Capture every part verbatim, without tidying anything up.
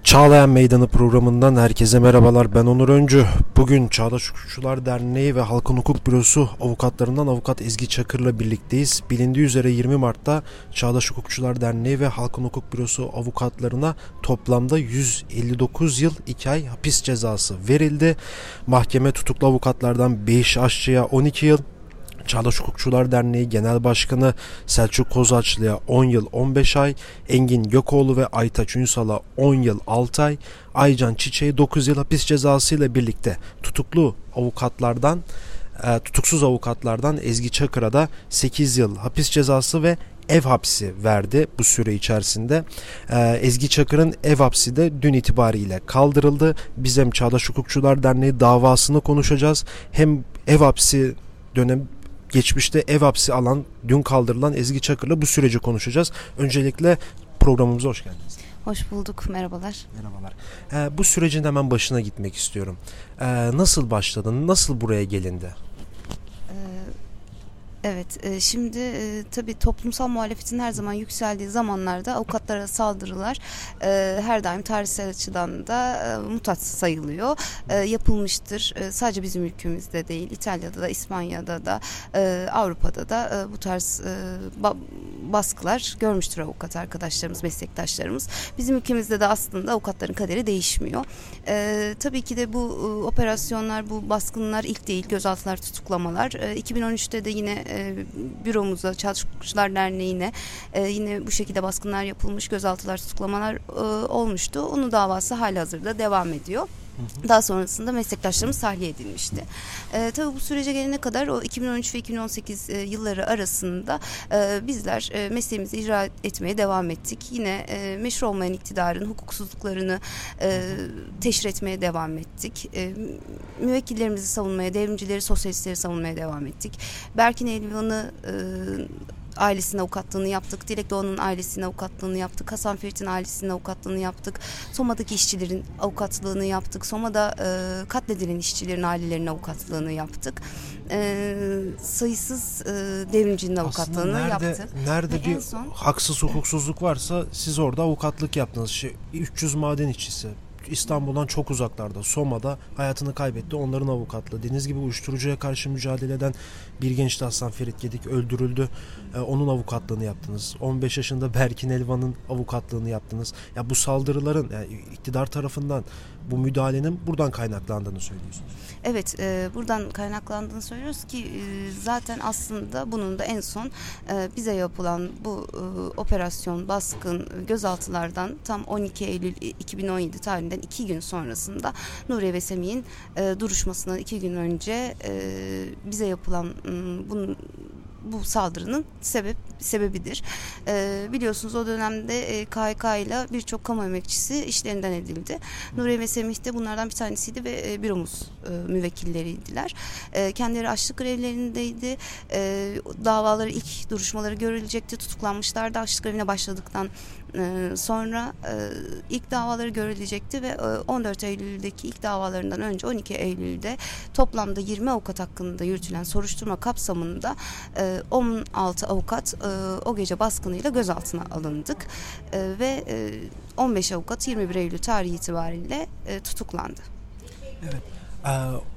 Çağlayan Meydanı programından herkese merhabalar. Ben Onur Öncü. Bugün Çağdaş Hukukçular Derneği ve Halkın Hukuk Bürosu avukatlarından Avukat Ezgi Çakır'la birlikteyiz. Bilindiği üzere yirmi Mart'ta Çağdaş Hukukçular Derneği ve Halkın Hukuk Bürosu avukatlarına toplamda yüz elli dokuz yıl iki ay hapis cezası verildi. Mahkeme tutuklu avukatlardan Beyiş Aşçı'ya on iki yıl, Çağdaş Hukukçular Derneği Genel Başkanı Selçuk Kozaçlı'ya on yıl on beş ay, Engin Gökoğlu ve Aytaç Ünsal'a on yıl altı ay, Aycan Çiçek'e dokuz yıl hapis cezası ile birlikte tutuklu avukatlardan, e, tutuksuz avukatlardan Ezgi Çakır'a da sekiz yıl hapis cezası ve ev hapsi verdi bu süre içerisinde. Ee, Ezgi Çakır'ın ev hapsi de dün itibariyle kaldırıldı. Biz hem Çağdaş Hukukçular Derneği davasını konuşacağız, hem ev hapsi dönem geçmişte ev hapsi alan, dün kaldırılan Ezgi Çakır'la bu süreci konuşacağız. Öncelikle programımıza hoş geldiniz. Hoş bulduk, merhabalar. Merhabalar. Ee, bu sürecin hemen başına gitmek istiyorum. Ee, nasıl başladın, nasıl buraya gelindi? Evet, e, şimdi e, tabii toplumsal muhalefetin her zaman yükseldiği zamanlarda avukatlara saldırılar e, her daim tarihsel açıdan da e, mutat sayılıyor. E, yapılmıştır. E, sadece bizim ülkemizde değil, İtalya'da da, İspanya'da da, e, Avrupa'da da e, bu tarz e, ba- baskılar görmüştür avukat arkadaşlarımız, meslektaşlarımız. Bizim ülkemizde de aslında avukatların kaderi değişmiyor. E, tabii ki de bu e, operasyonlar, bu baskınlar ilk değil, gözaltılar, tutuklamalar. E, iki bin on üçte de yine e, büromuza, Çağdaş Hukukçular Derneği'ne e, yine bu şekilde baskınlar yapılmış, gözaltılar, tutuklamalar e, olmuştu. Onun davası halihazırda devam ediyor. Daha sonrasında meslektaşlarımız tahliye edilmişti. E, tabii bu sürece gelene kadar o iki bin on üç ve iki bin on sekiz e, yılları arasında e, bizler e, mesleğimizi icra etmeye devam ettik. Yine e, meşru olmayan iktidarın hukuksuzluklarını e, teşhir etmeye devam ettik. E, müvekkillerimizi savunmaya, devrimcileri, sosyalistleri savunmaya devam ettik. Berkin Elvan'ı e, ailesinin avukatlığını yaptık. Dilek Doğan'ın ailesinin avukatlığını yaptık. Hasan Ferit'in ailesinin avukatlığını yaptık. Soma'daki işçilerin avukatlığını yaptık. Soma'da e, katledilen işçilerin ailelerinin avukatlığını yaptık. E, sayısız e, devrimcinin avukatlığını nerede, yaptık. Nerede Ve bir son, haksız hukuksuzluk varsa siz orada avukatlık yaptınız. Şey, üç yüz maden işçisi İstanbul'dan çok uzaklarda, Soma'da hayatını kaybetti. Onların avukatlığı. Dediğiniz gibi uyuşturucuya karşı mücadele eden bir gençti, Hasan Ferit Gedik, öldürüldü. Ee, onun avukatlığını yaptınız. on beş yaşında Berkin Elvan'ın avukatlığını yaptınız. Ya bu saldırıların, yani iktidar tarafından bu müdahalenin buradan kaynaklandığını söylüyorsunuz. Evet, e, buradan kaynaklandığını söylüyoruz ki e, zaten aslında bunun da en son e, bize yapılan bu e, operasyon, baskın, gözaltılardan tam on iki Eylül iki bin on yedi tarihinden iki gün sonrasında Nuriye ve Semih'in e, duruşmasından iki gün önce e, bize yapılan e, bunun bu saldırının sebep sebebidir. Ee, biliyorsunuz o dönemde e, K H K ile birçok kamu emekçisi işlerinden edildi. Nuriye ve Semih de bunlardan bir tanesiydi ve e, büromuz e, müvekkilleriydiler. E, kendileri açlık grevlerindeydi. E, davaları, ilk duruşmaları görülecekti. Tutuklanmışlardı açlık grevine başladıktan e, sonra e, ilk davaları görülecekti ve e, on dört Eylül'deki ilk davalarından önce on iki Eylül'de toplamda yirmi avukat hakkında yürütülen soruşturma kapsamında e, on altı avukat e, o gece baskınıyla gözaltına alındık e, ve e, on beş avukat yirmi bir Eylül tarihi itibariyle e, tutuklandı. Evet. Ee,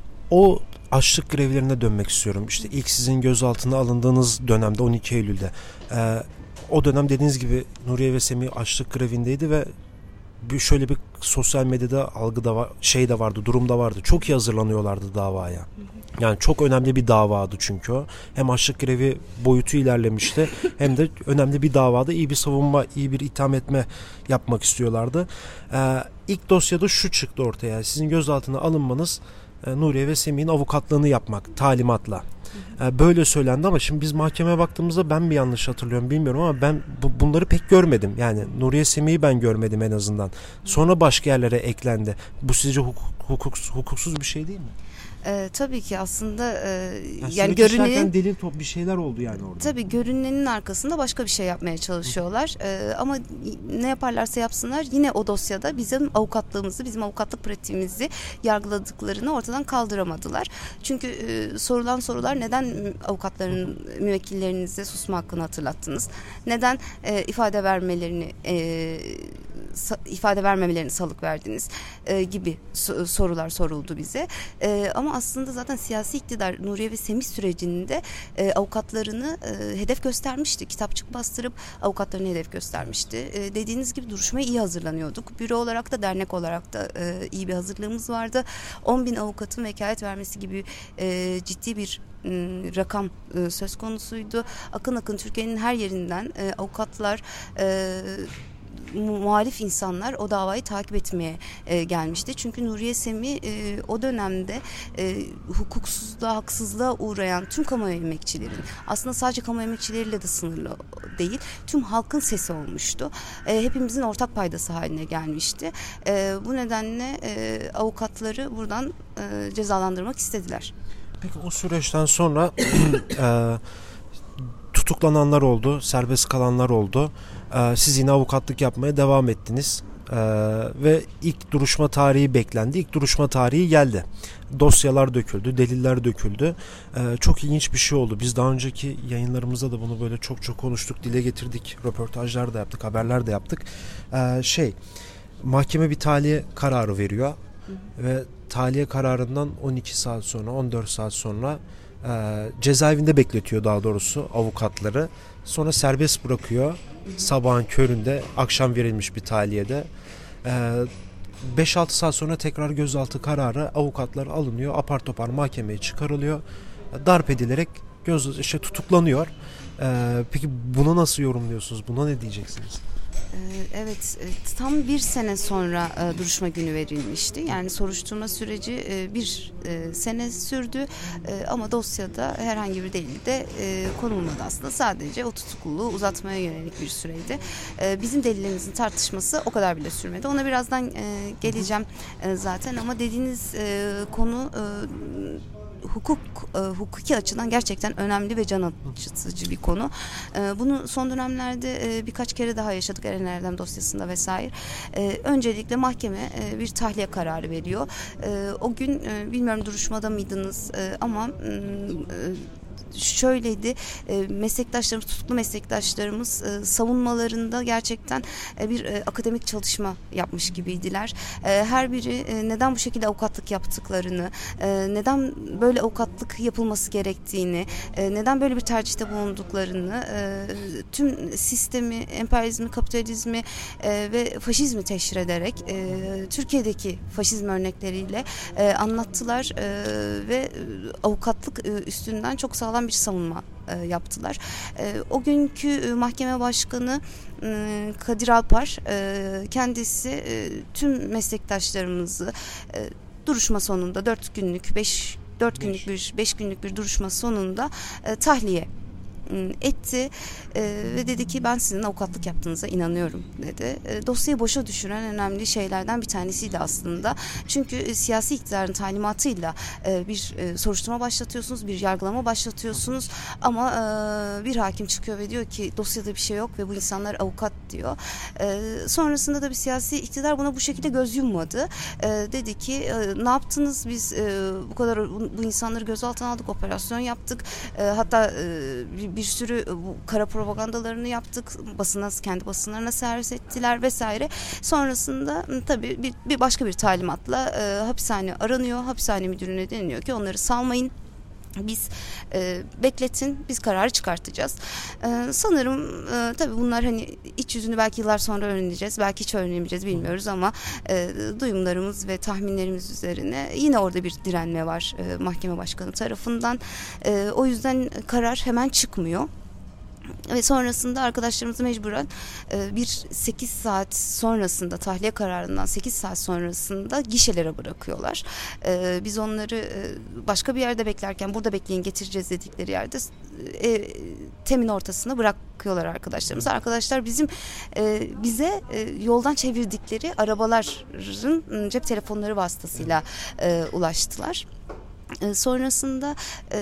o açlık grevlerine dönmek istiyorum. İşte ilk sizin gözaltına alındığınız dönemde on iki Eylül'de. Ee, o dönem dediğiniz gibi Nuriye ve Semih açlık grevindeydi ve bir şöyle bir sosyal medyada algı da var, şey de vardı, durum da vardı. Çok iyi hazırlanıyorlardı davaya. Yani çok önemli bir davadı çünkü o. Hem açlık grevi boyutu ilerlemişti hem de önemli bir davada iyi bir savunma, iyi bir itham etme yapmak istiyorlardı. Ee, ilk dosyada şu çıktı ortaya. Sizin gözaltına alınmanız e, Nuriye ve Semih'in avukatlığını yapmak talimatla. Ee, böyle söylendi ama şimdi biz mahkemeye baktığımızda ben mi yanlış hatırlıyorum bilmiyorum ama ben bu, bunları pek görmedim. Yani Nuriye Semih'i ben görmedim en azından. Sonra başka yerlere eklendi. Bu sizce hukuk, hukuk, hukuksuz bir şey değil mi? Ee, tabii ki aslında e, yani, yani görünenin delil top bir şeyler oldu yani orada. Tabii görünenin arkasında başka bir şey yapmaya çalışıyorlar. Ee, ama ne yaparlarsa yapsınlar yine o dosyada bizim avukatlığımızı, bizim avukatlık pratiğimizi yargıladıklarını ortadan kaldıramadılar. Çünkü e, sorulan sorular neden avukatların, müvekkillerinize susma hakkını hatırlattınız? Neden e, ifade vermelerini e, ifade vermemelerine salık verdiniz e, gibi so- sorular soruldu bize. E, ama aslında zaten siyasi iktidar Nuriye ve Semih sürecinde e, avukatlarını e, hedef göstermişti. Kitapçık bastırıp avukatlarını hedef göstermişti. E, dediğiniz gibi duruşmaya iyi hazırlanıyorduk. Büro olarak da dernek olarak da e, iyi bir hazırlığımız vardı. on bin avukatın vekalet vermesi gibi e, ciddi bir rakam e, söz konusuydu. Akın akın Türkiye'nin her yerinden e, avukatlar, e, muhalif insanlar o davayı takip etmeye e, gelmişti. Çünkü Nuriye Semih e, o dönemde e, hukuksuzluğa, haksızlığa uğrayan tüm kamu emekçilerin, aslında sadece kamu emekçileriyle de sınırlı değil, tüm halkın sesi olmuştu. E, hepimizin ortak paydası haline gelmişti. E, bu nedenle e, avukatları buradan e, cezalandırmak istediler. Peki o süreçten sonra e, tutuklananlar oldu, serbest kalanlar oldu. E, siz yine avukatlık yapmaya devam ettiniz. E, ve ilk duruşma tarihi beklendi. İlk duruşma tarihi geldi. Dosyalar döküldü, deliller döküldü. E, çok ilginç bir şey oldu. Biz daha önceki yayınlarımızda da bunu böyle çok çok konuştuk, dile getirdik. Röportajlar da yaptık, haberler de yaptık. E, şey, mahkeme bir tahliye kararı veriyor. Hı. Ve tahliye kararından on iki saat sonra, on dört saat sonra e, cezaevinde bekletiyor daha doğrusu avukatları. Sonra serbest bırakıyor. Sabahın köründe, akşam verilmiş bir tahliyede. E, beş altı saat sonra tekrar gözaltı kararı, avukatlar alınıyor. Apar topar mahkemeye çıkarılıyor. Darp edilerek göz, işte tutuklanıyor. E, peki bunu nasıl yorumluyorsunuz? Buna ne diyeceksiniz? Evet, tam bir sene sonra duruşma günü verilmişti. Yani soruşturma süreci bir sene sürdü ama dosyada herhangi bir delil de konulmadı aslında. Sadece o tutukluluğu uzatmaya yönelik bir süreydi. Bizim delillerimizin tartışması o kadar bile sürmedi. Ona birazdan geleceğim zaten ama dediğiniz konu hukuk e, hukuki açıdan gerçekten önemli ve can acıtıcı bir konu. E, bunu son dönemlerde e, birkaç kere daha yaşadık Eren Erdem dosyasında vesaire. E, öncelikle mahkeme e, bir tahliye kararı veriyor. E, o gün e, bilmiyorum duruşmada mıydınız e, ama e, şöyleydi, e, meslektaşlarımız, tutuklu meslektaşlarımız e, savunmalarında gerçekten e, bir e, akademik çalışma yapmış gibiydiler. E, her biri e, neden bu şekilde avukatlık yaptıklarını, e, neden böyle avukatlık yapılması gerektiğini, e, neden böyle bir tercihte bulunduklarını, e, tüm sistemi, emperyalizmi, kapitalizmi e, ve faşizmi teşhir ederek e, Türkiye'deki faşizm örnekleriyle e, anlattılar e, ve avukatlık e, üstünden çok sağlam bir savunma e, yaptılar. E, o günkü e, mahkeme başkanı e, Kadir Alpar e, kendisi e, tüm meslektaşlarımızı e, duruşma sonunda dört günlük beş dört günlük bir beş günlük bir duruşma sonunda e, tahliye etti e, ve dedi ki ben sizin avukatlık yaptığınıza inanıyorum dedi. E, dosyayı boşa düşüren önemli şeylerden bir tanesiydi aslında. Çünkü e, siyasi iktidarın talimatıyla e, bir e, soruşturma başlatıyorsunuz, bir yargılama başlatıyorsunuz ama e, bir hakim çıkıyor ve diyor ki dosyada bir şey yok ve bu insanlar avukat diyor. E, sonrasında da bir siyasi iktidar buna bu şekilde göz yummadı. E, dedi ki e, ne yaptınız biz e, bu kadar bu, bu insanları gözaltına aldık, operasyon yaptık. E, hatta e, bir, bir sürü bu kara propagandalarını yaptık. Basına, kendi basınlarına servis ettiler vesaire. Sonrasında tabii bir, bir başka bir talimatla e, hapishane aranıyor. Hapishane müdürüne deniliyor ki onları salmayın. Biz e, bekletin, biz kararı çıkartacağız. E, sanırım e, tabii bunlar hani iç yüzünü belki yıllar sonra öğreneceğiz, belki hiç öğrenemeyeceğiz bilmiyoruz ama e, duyumlarımız ve tahminlerimiz üzerine yine orada bir direnme var e, mahkeme başkanı tarafından. E, o yüzden karar hemen çıkmıyor. Ve sonrasında arkadaşlarımızı mecburen bir sekiz saat sonrasında tahliye kararından sekiz saat sonrasında gişelere bırakıyorlar. Biz onları başka bir yerde beklerken burada bekleyin getireceğiz dedikleri yerde temin ortasına bırakıyorlar arkadaşlarımız. Arkadaşlar bizim bize yoldan çevirdikleri arabaların cep telefonları vasıtasıyla ulaştılar. Sonrasında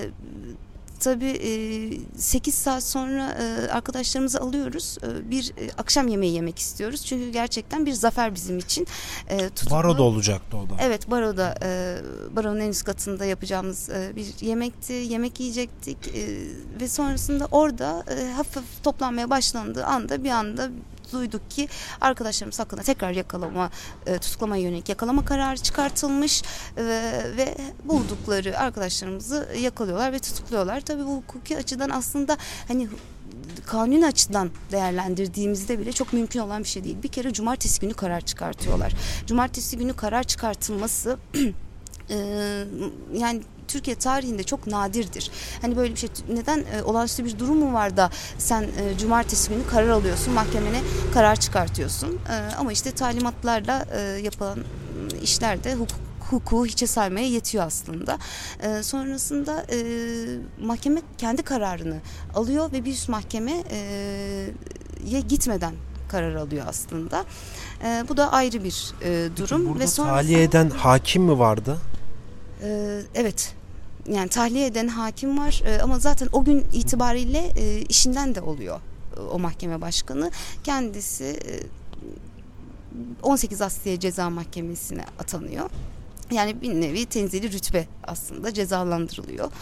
tabii sekiz saat sonra arkadaşlarımızı alıyoruz. Bir akşam yemeği yemek istiyoruz. Çünkü gerçekten bir zafer bizim için. Tutuklu. Baroda olacaktı o da. Evet, baroda, baronun en üst katında yapacağımız bir yemekti. Yemek yiyecektik ve sonrasında orada hafif toplanmaya başlandığı anda bir anda umutluyduk ki arkadaşlarımız hakkında tekrar yakalama, e, tutuklamaya yönelik yakalama kararı çıkartılmış e, ve buldukları arkadaşlarımızı yakalıyorlar ve tutukluyorlar. Tabii bu hukuki açıdan aslında hani kanuni açıdan değerlendirdiğimizde bile çok mümkün olan bir şey değil. Bir kere cumartesi günü karar çıkartıyorlar. Cumartesi günü karar çıkartılması e, yani Türkiye tarihinde çok nadirdir. Hani böyle bir şey, neden e, olağanüstü bir durum mu var da sen e, cumartesi günü karar alıyorsun, mahkemene karar çıkartıyorsun. E, ama işte talimatlarla e, yapılan işlerde hukuk hukuku hiçe saymaya yetiyor aslında. E, sonrasında e, mahkeme kendi kararını alıyor ve bir üst mahkemeye e, gitmeden karar alıyor aslında. E, bu da ayrı bir e, durum. Burada ve sonrasında, tahliye eden hakim mi vardı? E, evet. Yani tahliye eden hakim var e, ama zaten o gün itibariyle e, işinden de oluyor e, o mahkeme başkanı. Kendisi e, on sekiz Asliye Ceza Mahkemesi'ne atanıyor. Yani bir nevi tenzili rütbe aslında cezalandırılıyor.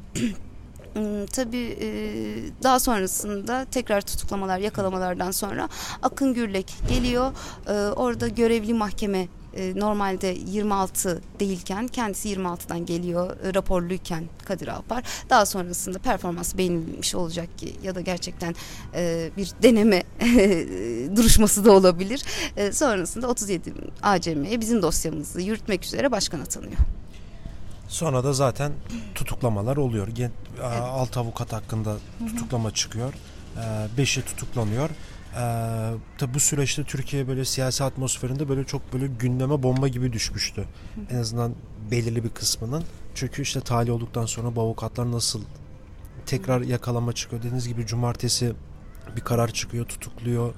Tabii daha sonrasında tekrar tutuklamalar, yakalamalardan sonra Akın Gürlek geliyor. Orada görevli mahkeme normalde yirmi altı değilken kendisi yirmi altıdan geliyor, raporluyken Kadir Alpar. Daha sonrasında performans beğenilmiş olacak ki ya da gerçekten bir deneme duruşması da olabilir. Sonrasında otuz yedi A C M'ye bizim dosyamızı yürütmek üzere başkan atanıyor. Sonra da zaten tutuklamalar oluyor. Evet. Altı avukat hakkında tutuklama çıkıyor. Beşi tutuklanıyor. Ee, tabi bu süreçte Türkiye böyle siyasi atmosferinde böyle çok böyle gündeme bomba gibi düşmüştü. En azından belirli bir kısmının. Çünkü işte tahliye olduktan sonra bu avukatlar nasıl tekrar yakalama çıkıyor. Dediğiniz gibi cumartesi bir karar çıkıyor, tutukluyor.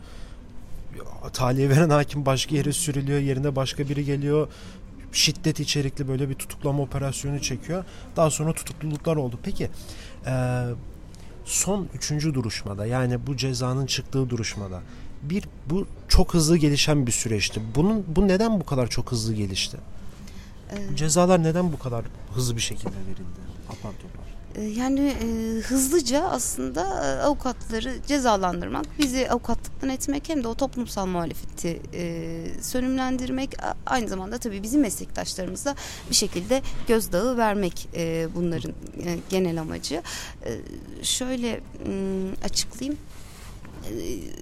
Tahliye veren hakim başka yere sürülüyor, yerine başka biri geliyor. Şiddet içerikli böyle bir tutuklama operasyonu çekiyor. Daha sonra tutukluluklar oldu. Peki eee son üçüncü duruşmada, yani bu cezanın çıktığı duruşmada bir bu çok hızlı gelişen bir süreçti. Bunun bu neden bu kadar çok hızlı gelişti? Ee, Cezalar neden bu kadar hızlı bir şekilde verildi? Apar topar. Yani e, hızlıca aslında e, avukatları cezalandırmak, bizi avukatlıktan etmek hem de o toplumsal muhalefeti e, sönümlendirmek, aynı zamanda tabii bizim meslektaşlarımıza bir şekilde gözdağı vermek e, bunların e, genel amacı. E, şöyle m, açıklayayım. E,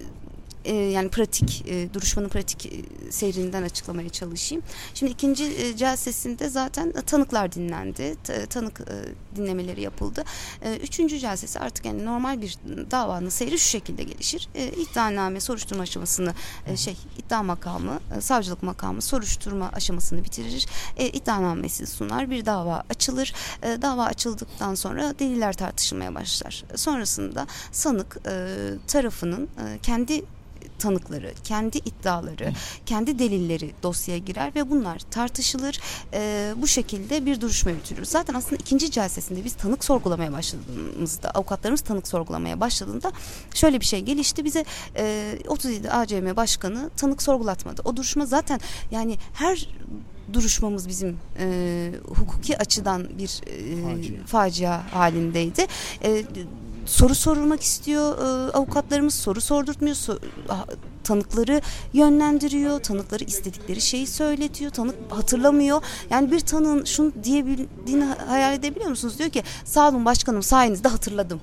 E, yani pratik e, duruşmanın pratik e, seyrinden açıklamaya çalışayım. Şimdi ikinci e, celsesinde zaten tanıklar dinlendi. T- tanık e, dinlemeleri yapıldı. E, üçüncü celsesi artık yani normal bir davanın seyri şu şekilde gelişir. E, iddianame soruşturma aşamasını e, şey iddia makamı, e, savcılık makamı soruşturma aşamasını bitirir. E, iddianamesi sunar. Bir dava açılır. E, dava açıldıktan sonra deliller tartışılmaya başlar. Sonrasında sanık e, tarafının e, kendi tanıkları, kendi iddiaları, kendi delilleri dosyaya girer ve bunlar tartışılır. E, bu şekilde bir duruşma yürütülür. Zaten aslında ikinci celsesinde biz tanık sorgulamaya başladığımızda, avukatlarımız tanık sorgulamaya başladığında şöyle bir şey gelişti. Bize e, otuz yedi A C M Başkanı tanık sorgulatmadı. O duruşma zaten yani her duruşmamız bizim e, hukuki açıdan bir e, facia. facia halindeydi. E, soru sorulmak istiyor, e, avukatlarımız soru sordurtmuyor, so, tanıkları yönlendiriyor, tanıkları istedikleri şeyi söyletiyor, tanık hatırlamıyor. Yani bir tanığın şunu diyebildiğini hayal edebiliyor musunuz? Diyor ki sağ olun başkanım, sayenizde hatırladım.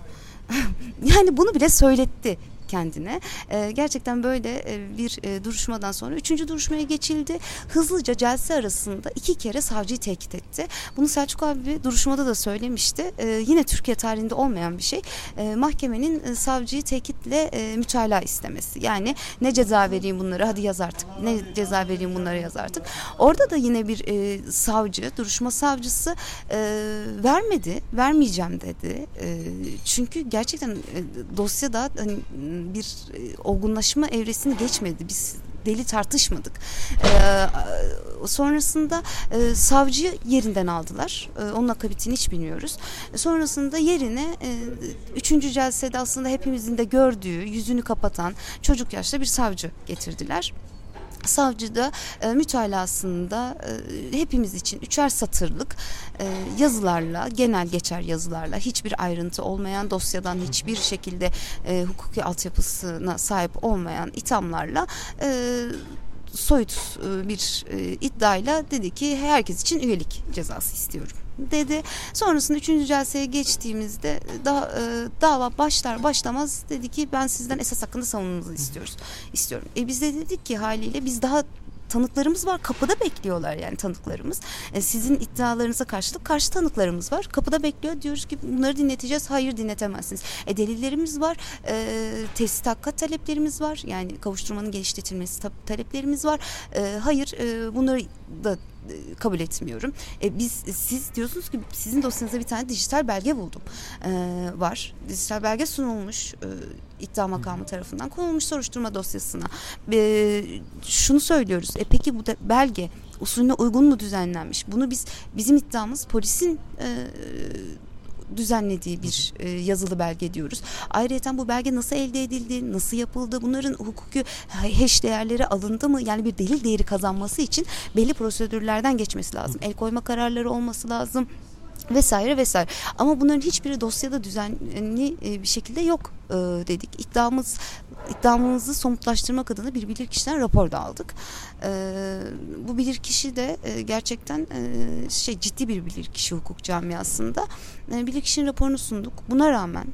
Yani bunu bile söyletti kendine. E, gerçekten böyle e, bir e, duruşmadan sonra üçüncü duruşmaya geçildi. Hızlıca celse arasında iki kere savcıyı tehdit etti. Bunu Selçuk abi duruşmada da söylemişti. E, yine Türkiye tarihinde olmayan bir şey. E, mahkemenin e, savcıyı tehditle e, mütalaa istemesi. Yani ne ceza vereyim bunlara, hadi yaz artık. Ne ceza vereyim bunlara, yaz artık. Orada da yine bir e, savcı, duruşma savcısı e, vermedi, vermeyeceğim dedi. E, çünkü gerçekten e, dosyada hani bir e, olgunlaşma evresini geçmedi. Biz deli tartışmadık. Ee, sonrasında e, savcıyı yerinden aldılar. E, onun akıbetini hiç bilmiyoruz. E, sonrasında yerine e, üçüncü celsede aslında hepimizin de gördüğü, yüzünü kapatan çocuk yaşta bir savcı getirdiler. Savcı da e, mütalasında e, hepimiz için üçer satırlık e, yazılarla, genel geçer yazılarla, hiçbir ayrıntı olmayan, dosyadan hiçbir şekilde e, hukuki altyapısına sahip olmayan ithamlarla e, soyut e, bir e, iddiayla dedi ki herkes için üyelik cezası istiyorum dedi. Sonrasında üçüncü celseye geçtiğimizde daha e, dava başlar başlamaz dedi ki ben sizden esas hakkında savunmanızı istiyoruz. istiyorum. E biz de dedik ki haliyle biz daha tanıklarımız var. Kapıda bekliyorlar yani tanıklarımız. E, sizin iddialarınıza karşılık karşı tanıklarımız var. Kapıda bekliyor. Diyoruz ki bunları dinleteceğiz. Hayır, dinletemezsiniz. E, delillerimiz var. E, tesis hakikat taleplerimiz var. Yani kavuşturmanın genişletilmesi taleplerimiz var. E, hayır, e, bunları da kabul etmiyorum. E, biz siz diyorsunuz ki sizin dosyanızda bir tane dijital belge buldum. E, var. Dijital belge sunulmuş. E, iddia makamı tarafından konulmuş soruşturma dosyasına. E, şunu söylüyoruz. E, peki bu da belge usulüne uygun mu düzenlenmiş? Bunu biz bizim iddiamız polisin e, düzenlediği bir e, yazılı belge diyoruz. Ayrıca bu belge nasıl elde edildi, nasıl yapıldı, bunların hukuki hash değerleri alındı mı? Yani bir delil değeri kazanması için belli prosedürlerden geçmesi lazım. El koyma kararları olması lazım. Vesaire vesaire. Ama bunların hiçbiri dosyada düzenli bir şekilde yok e, dedik. İddiamız iddiamızı somutlaştırmak adına bir bilirkişiden rapor da aldık. E, bu bilirkişi de e, gerçekten e, şey ciddi bir bilirkişi hukuk camiasında. E, bilirkişinin raporunu sunduk. Buna rağmen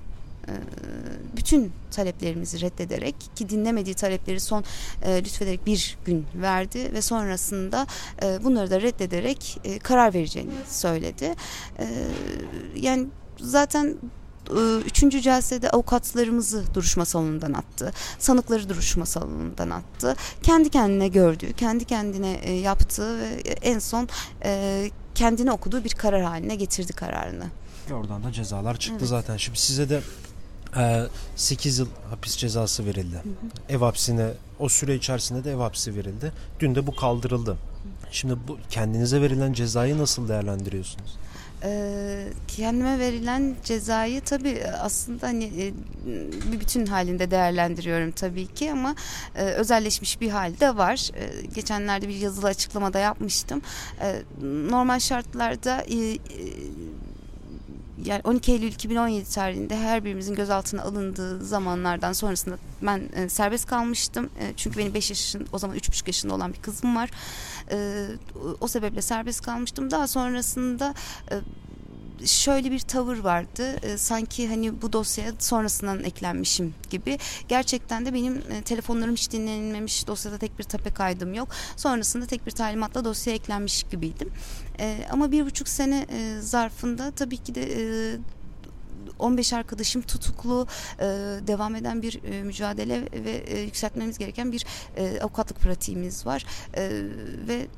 bütün taleplerimizi reddederek, ki dinlemediği talepleri son e, lütfederek bir gün verdi ve sonrasında e, bunları da reddederek e, karar vereceğini söyledi. E, yani zaten Üçüncü celsede avukatlarımızı duruşma salonundan attı. Sanıkları duruşma salonundan attı. Kendi kendine gördüğü, kendi kendine yaptığı ve en son kendine okuduğu bir karar haline getirdi kararını. Oradan da cezalar çıktı evet. Zaten. Şimdi size de e, sekiz yıl hapis cezası verildi. Hı hı. Ev hapsine, o süre içerisinde de ev hapsi verildi. Dün de bu kaldırıldı. Hı. Şimdi bu kendinize verilen cezayı nasıl değerlendiriyorsunuz? Kendime verilen cezayı tabii aslında hani bir bütün halinde değerlendiriyorum tabii ki, ama özelleşmiş bir hali de var. Geçenlerde bir yazılı açıklamada yapmıştım. Normal şartlarda yani on iki Eylül iki bin on yedi tarihinde her birimizin gözaltına alındığı zamanlardan sonrasında ben e, serbest kalmıştım. E, çünkü benim beş yaşın, o zaman üç buçuk yaşında olan bir kızım var. E, o sebeple serbest kalmıştım. Daha sonrasında e, şöyle bir tavır vardı. E, sanki hani bu dosyaya sonrasından eklenmişim gibi. Gerçekten de benim e, telefonlarım hiç dinlenilmemiş. Dosyada tek bir tape kaydım yok. Sonrasında tek bir talimatla dosyaya eklenmiş gibiydim. E, ama bir buçuk sene e, zarfında tabii ki de e, on beş arkadaşım tutuklu, e, devam eden bir e, mücadele ve e, yükseltmemiz gereken bir e, avukatlık pratiğimiz var. E, ve e,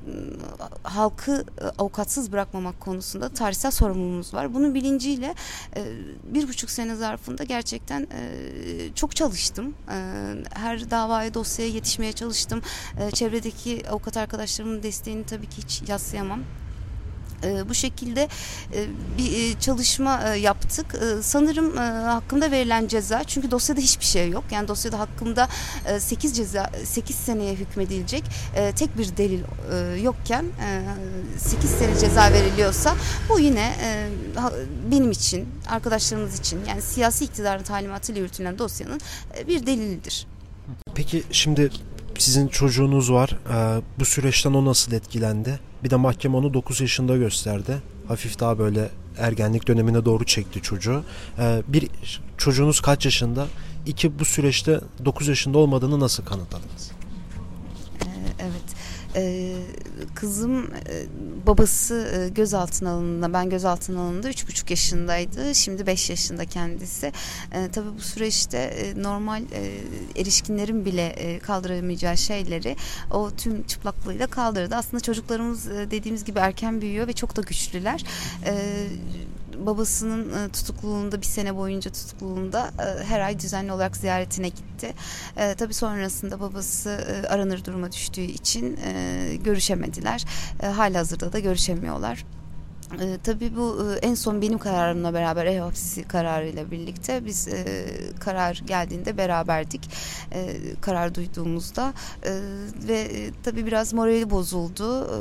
halkı e, avukatsız bırakmamak konusunda tarihsel sorumluluğumuz var. Bunun bilinciyle e, bir buçuk sene zarfında gerçekten e, çok çalıştım. E, her davaya, dosyaya yetişmeye çalıştım. E, çevredeki avukat arkadaşlarımın desteğini tabii ki hiç yadsıyamam. Ee, bu şekilde e, bir e, çalışma e, yaptık. E, sanırım e, hakkımda verilen ceza, çünkü dosyada hiçbir şey yok. Yani dosyada hakkımda e, sekiz ceza sekiz seneye hükmedilecek e, tek bir delil e, yokken e, sekiz sene ceza veriliyorsa, bu yine e, benim için, arkadaşlarımız için, yani siyasi iktidarın talimatıyla yürütülen dosyanın e, bir delilidir. Peki şimdi sizin çocuğunuz var. Ee, bu süreçten o nasıl etkilendi? Bir de mahkeme onu dokuz yaşında gösterdi. Hafif daha böyle ergenlik dönemine doğru çekti çocuğu. Ee, bir, çocuğunuz kaç yaşında? İki, bu süreçte dokuz yaşında olmadığını nasıl kanıtladınız? Ee, evet. Ee, kızım e, babası e, gözaltına alındığında, ben gözaltına alındığımda üç buçuk yaşındaydı. Şimdi beş yaşında kendisi. E, tabii bu süreçte e, normal e, erişkinlerin bile e, kaldıramayacağı şeyleri o tüm çıplaklığıyla kaldırdı. Aslında çocuklarımız e, dediğimiz gibi erken büyüyor ve çok da güçlüler. E, babasının e, tutukluluğunda, bir sene boyunca tutukluluğunda e, her ay düzenli olarak ziyaretine gitti. E, tabii sonrasında babası e, aranır duruma düştüğü için e, görüşemediler. E, halihazırda da görüşemiyorlar. E, tabii bu e, en son benim kararımla beraber, ev hapsi kararıyla birlikte biz e, karar geldiğinde beraberdik. E, karar duyduğumuzda e, ve e, tabii biraz morali bozuldu. E,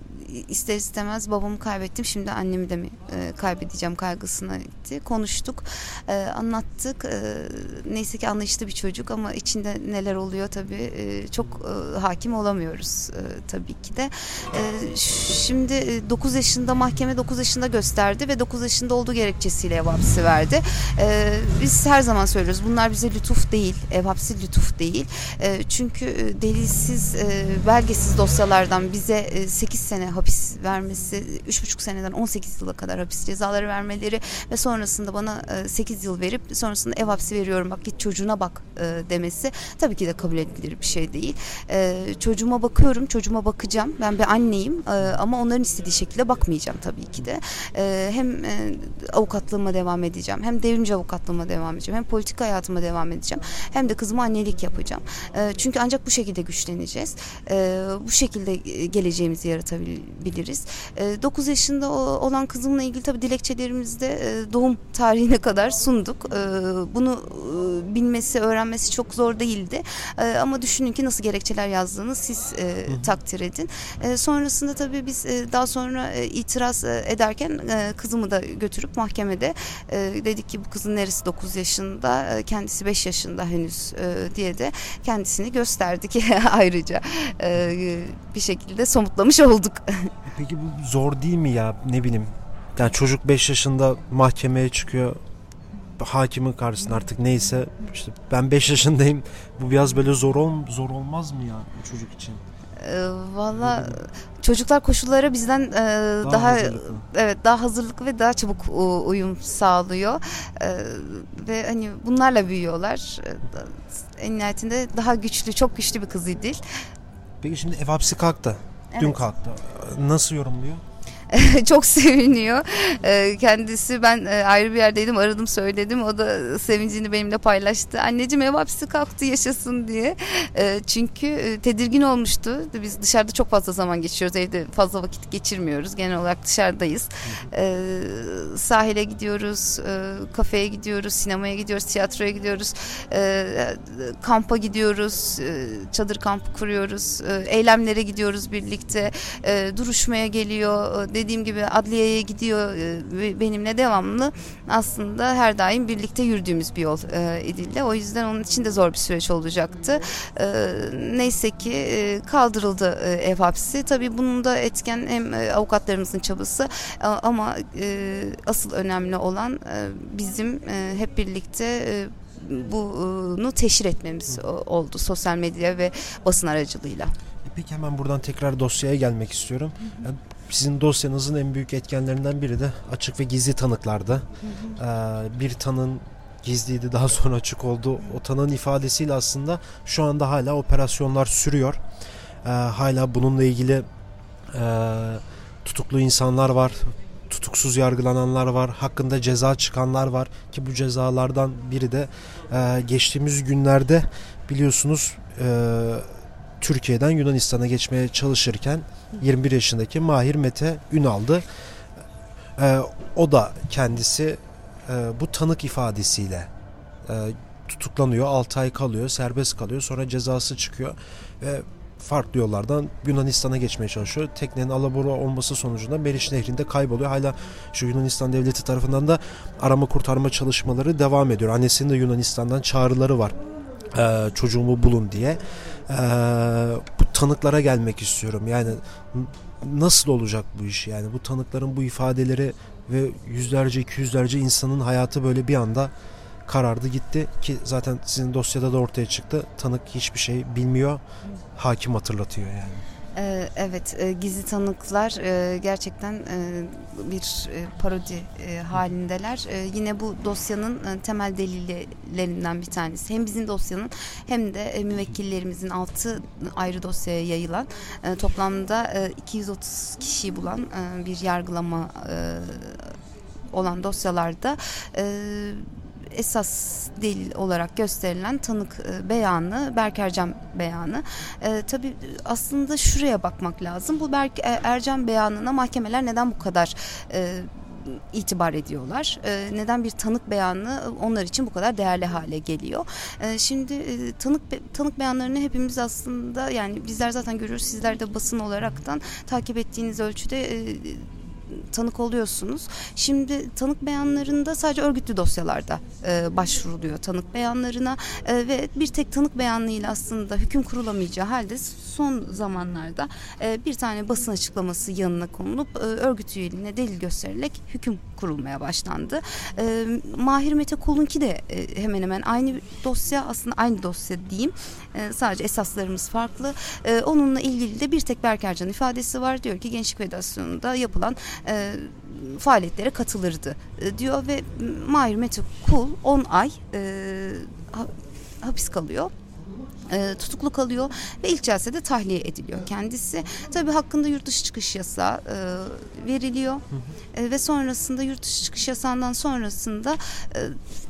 ister istemez babamı kaybettim, şimdi annemi de mi e, kaybedeceğim kaygısına gitti. Konuştuk, e, anlattık. E, neyse ki anlayışlı bir çocuk ama içinde neler oluyor tabii e, çok e, hakim olamıyoruz e, tabii ki de. E, şimdi e, dokuz yaşında mahkeme dokuz yaşında gösterdi ve dokuz yaşında olduğu gerekçesiyle ev hapsi verdi. Ee, biz her zaman söylüyoruz, bunlar bize lütuf değil, ev hapsi lütuf değil. Ee, çünkü delilsiz, e, belgesiz dosyalardan bize e, sekiz sene hapis vermesi, üç buçuk seneden on sekiz yıla kadar hapis cezaları vermeleri ve sonrasında bana e, sekiz yıl verip sonrasında ev hapsi veriyorum, bak git çocuğuna bak e, demesi tabii ki de kabul edilir bir şey değil. E, çocuğuma bakıyorum, çocuğuma bakacağım. Ben bir anneyim e, ama onların istediği şekilde bakmayacağım tabii ki de. E, hem e, avukatlığıma devam edeceğim, hem devrimci avukatlığıma devam edeceğim, hem politika hayatıma devam edeceğim, hem de kızıma annelik yapacağım. E, çünkü ancak bu şekilde güçleneceğiz. E, bu şekilde geleceğimizi yaratabiliriz. E, dokuz yaşında olan kızımla ilgili tabii dilekçelerimizde e, doğum tarihine kadar sunduk. E, bunu e, bilmesi, öğrenmesi çok zor değildi. E, ama düşünün ki nasıl gerekçeler yazdığını siz e, takdir edin. E, sonrasında tabii biz e, daha sonra e, itiraz e, ederken e, kızımı da götürüp mahkemede e, dedik ki bu kızın neresi dokuz yaşında, e, kendisi beş yaşında henüz e, diye de kendisini gösterdik ayrıca e, bir şekilde somutlamış olduk. Peki bu zor değil mi ya, ne bileyim, yani çocuk beş yaşında mahkemeye çıkıyor, hakimin karşısında artık neyse, işte ben beş yaşındayım, bu biraz böyle zor ol, zor olmaz mı ya çocuk için? E, Valla çocuklar koşullara bizden e, daha, daha hazırlıklı. evet daha hazırlıklı ve daha çabuk u, uyum sağlıyor e, ve hani bunlarla büyüyorlar. E, en nihayetinde daha güçlü, çok güçlü bir kız İdil. Peki şimdi ev hapsi kalktı. Dün Evet. kalktı. Nasıl yorumluyor? Çok seviniyor. Ee, Kendisi, ben e, ayrı bir yerdeydim, aradım söyledim. O da sevincini benimle paylaştı. Anneciğim ev hapsi kalktı, yaşasın diye. E, Çünkü e, tedirgin olmuştu. Biz dışarıda çok fazla zaman geçiriyoruz. Evde fazla vakit geçirmiyoruz. Genel olarak dışarıdayız. E, Sahile gidiyoruz, e, kafeye gidiyoruz, sinemaya gidiyoruz, tiyatroya gidiyoruz, e, kampa gidiyoruz, e, çadır kampı kuruyoruz, e, eylemlere gidiyoruz birlikte, e, duruşmaya geliyor. Dediğim gibi adliyeye gidiyor e, benimle devamlı, aslında her daim birlikte yürüdüğümüz bir yol e, İdil'le. O yüzden onun için de zor bir süreç olacaktı. E, neyse ki e, kaldırıldı e, ev hapsi. Tabii bunun da etken hem e, avukatlarımızın çabası e, ama e, asıl önemli olan e, bizim e, hep birlikte e, bunu teşhir etmemiz oldu sosyal medya ve basın aracılığıyla. Peki hemen buradan tekrar dosyaya gelmek istiyorum. Yani sizin dosyanızın en büyük etkenlerinden biri de açık ve gizli tanıklardı. Hı hı. Ee, bir tanığın gizliydi, daha sonra açık oldu. O tanığın ifadesiyle aslında şu anda hala operasyonlar sürüyor. Ee, hala bununla ilgili e, tutuklu insanlar var. Tutuksuz yargılananlar var. Hakkında ceza çıkanlar var. Ki bu cezalardan biri de e, geçtiğimiz günlerde biliyorsunuz e, Türkiye'den Yunanistan'a geçmeye çalışırken yirmi bir yaşındaki Mahir Mete Ünal'dı. Ee, o da kendisi e, bu tanık ifadesiyle e, tutuklanıyor, altı ay kalıyor, serbest kalıyor, sonra cezası çıkıyor ve farklı yollardan Yunanistan'a geçmeye çalışıyor. Teknenin alabora olması sonucunda Meriç Nehri'nde kayboluyor. Hala şu Yunanistan devleti tarafından da arama kurtarma çalışmaları devam ediyor. Annesinin de Yunanistan'dan çağrıları var. Ee, çocuğumu bulun diye. Ee, bu tanıklara gelmek istiyorum. Yani nasıl olacak bu iş? Yani bu tanıkların bu ifadeleri ve yüzlerce, iki yüzlerce insanın hayatı böyle bir anda karardı gitti ki zaten sizin dosyada da ortaya çıktı. Tanık hiçbir şey bilmiyor. Hakim hatırlatıyor yani. Evet, gizli tanıklar gerçekten bir parodi halindeler. Yine bu dosyanın temel delillerinden bir tanesi. Hem bizim dosyanın hem de müvekkillerimizin altı ayrı dosyaya yayılan, toplamda iki yüz otuz kişiyi bulan bir yargılama olan dosyalarda esas delil olarak gösterilen tanık e, beyanı, Berk Ercem beyanı. E, tabii aslında şuraya bakmak lazım. Bu Berk Ercem beyanına mahkemeler neden bu kadar e, itibar ediyorlar? E, neden bir tanık beyanı onlar için bu kadar değerli hale geliyor? E, şimdi e, tanık tanık beyanlarını hepimiz aslında, yani bizler zaten görüyoruz, sizler de basın olaraktan takip ettiğiniz ölçüde e, tanık oluyorsunuz. Şimdi tanık beyanlarında sadece örgütlü dosyalarda e, başvuruluyor tanık beyanlarına e, ve bir tek tanık beyanıyla aslında hüküm kurulamayacağı halde son zamanlarda e, bir tane basın açıklaması yanına konulup e, örgüt üyeliğine delil gösterilerek hüküm kurulmaya başlandı. E, Mahir Mete Kul'unki de e, hemen hemen aynı dosya, aslında aynı dosya diyeyim. E, sadece esaslarımız farklı. E, onunla ilgili de bir tek Berk Ercan ifadesi var. Diyor ki Gençlik Federasyonu'nda yapılan E, faaliyetlere katılırdı e, diyor ve Mahir Mete Kul on ay e, ha, hapis kalıyor. E, tutuklu kalıyor ve ilk celsede tahliye ediliyor kendisi. Tabii hakkında yurt dışı çıkış yasağı e, veriliyor. Hı hı. E, ve sonrasında yurt dışı çıkış yasağından sonrasında e,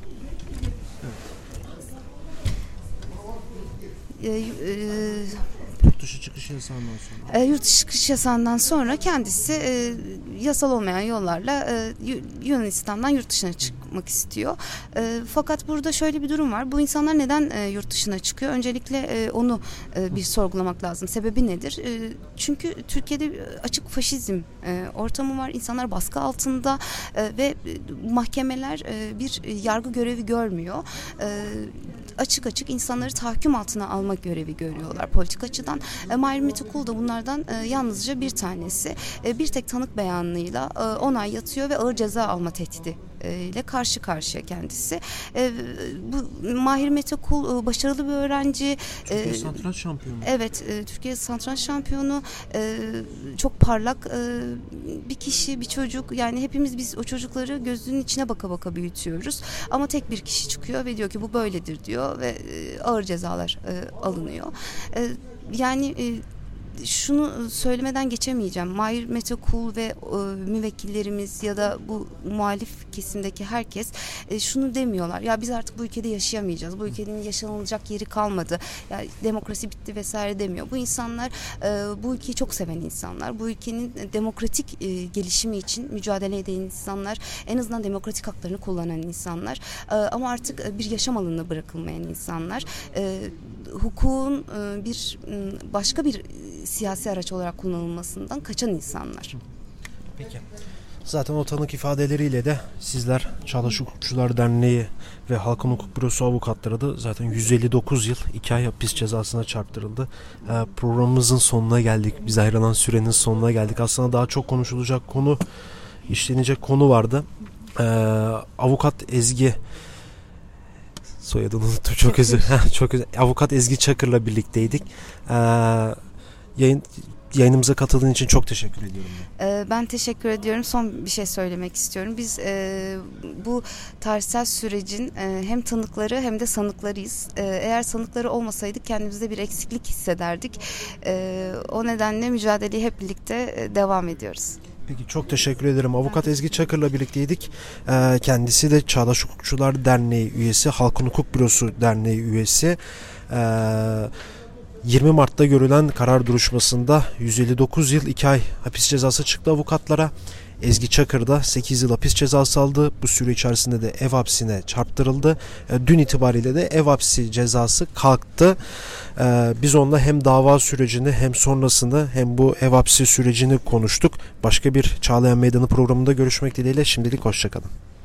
e, e, Yurt dışı çıkış yasağından sonra. E, yurt dışı çıkış yasağından sonra kendisi e, yasal olmayan yollarla e, Yunanistan'dan yurt dışına çıkmak istiyor. E, fakat burada şöyle bir durum var. Bu insanlar neden e, yurt dışına çıkıyor? Öncelikle e, onu e, bir sorgulamak lazım. Sebebi nedir? E, çünkü Türkiye'de açık faşizm e, ortamı var. İnsanlar baskı altında e, ve mahkemeler e, bir yargı görevi görmüyor. E, açık açık insanları tahakküm altına almak görevi görüyorlar politik açıdan. E, Mahir Mete Kul da bunlardan e, yalnızca bir tanesi. E, bir tek tanık beyanıyla e, on ay yatıyor ve ağır ceza alma tehdidi ile karşı karşıya kendisi. E, bu Mahir Mete Kul e, başarılı bir öğrenci. Türkiye e, satranç şampiyonu. Evet, e, Türkiye satranç şampiyonu. E, çok parlak e, bir kişi, bir çocuk. Yani hepimiz biz o çocukları gözünün içine baka baka büyütüyoruz. Ama tek bir kişi çıkıyor ve diyor ki bu böyledir diyor ve e, ağır cezalar e, alınıyor. E, yani e, şunu söylemeden geçemeyeceğim. Mahir Mete Kul ve e, müvekkillerimiz ya da bu muhalif kesimdeki herkes e, şunu demiyorlar. Ya biz artık bu ülkede yaşayamayacağız. Bu ülkenin yaşanılacak yeri kalmadı. Ya demokrasi bitti vesaire demiyor. Bu insanlar e, bu ülkeyi çok seven insanlar. Bu ülkenin demokratik e, gelişimi için mücadele eden insanlar. En azından demokratik haklarını kullanan insanlar. E, ama artık bir yaşam alanına bırakılmayan insanlar. E, hukukun e, bir başka bir siyasi araç olarak kullanılmasından kaçan insanlar. Peki. Zaten o tanık ifadeleriyle de sizler Çağdaş Hukukçular Derneği ve Halkın Hukuk Bürosu avukatları da zaten yüz elli dokuz yıl iki ay hapis cezasına çarptırıldı. Ee, programımızın sonuna geldik. Bize ayrılan sürenin sonuna geldik. Aslında daha çok konuşulacak konu, işlenecek konu vardı. Ee, Avukat Ezgi soyadını unuttum. Çok özür. Çok özür. Avukat Ezgi Çakır'la birlikteydik. Ee, yayın Yayınımıza katıldığın için çok teşekkür ediyorum. Ben. ben teşekkür ediyorum. Son bir şey söylemek istiyorum. Biz e, bu tarihsel sürecin e, hem tanıkları hem de sanıklarıyız. E, eğer sanıkları olmasaydık kendimizde bir eksiklik hissederdik. E, o nedenle mücadeleyi hep birlikte e, devam ediyoruz. Peki, çok teşekkür ederim. Avukat Ezgi Çakır'la birlikteydik. Ee, kendisi de Çağdaş Hukukçular Derneği üyesi, Halkın Hukuk Bürosu Derneği üyesi. Ee, yirmi Mart'ta görülen karar duruşmasında yüz elli dokuz yıl iki ay hapis cezası çıktı avukatlara. Ezgi Çakır da sekiz yıl hapis cezası aldı. Bu süre içerisinde de ev hapsine çarptırıldı. Dün itibariyle de ev hapsi cezası kalktı. Biz onunla hem dava sürecini hem sonrasını hem bu ev hapsi sürecini konuştuk. Başka bir Çağlayan Meydanı programında görüşmek dileğiyle. Şimdilik hoşçakalın.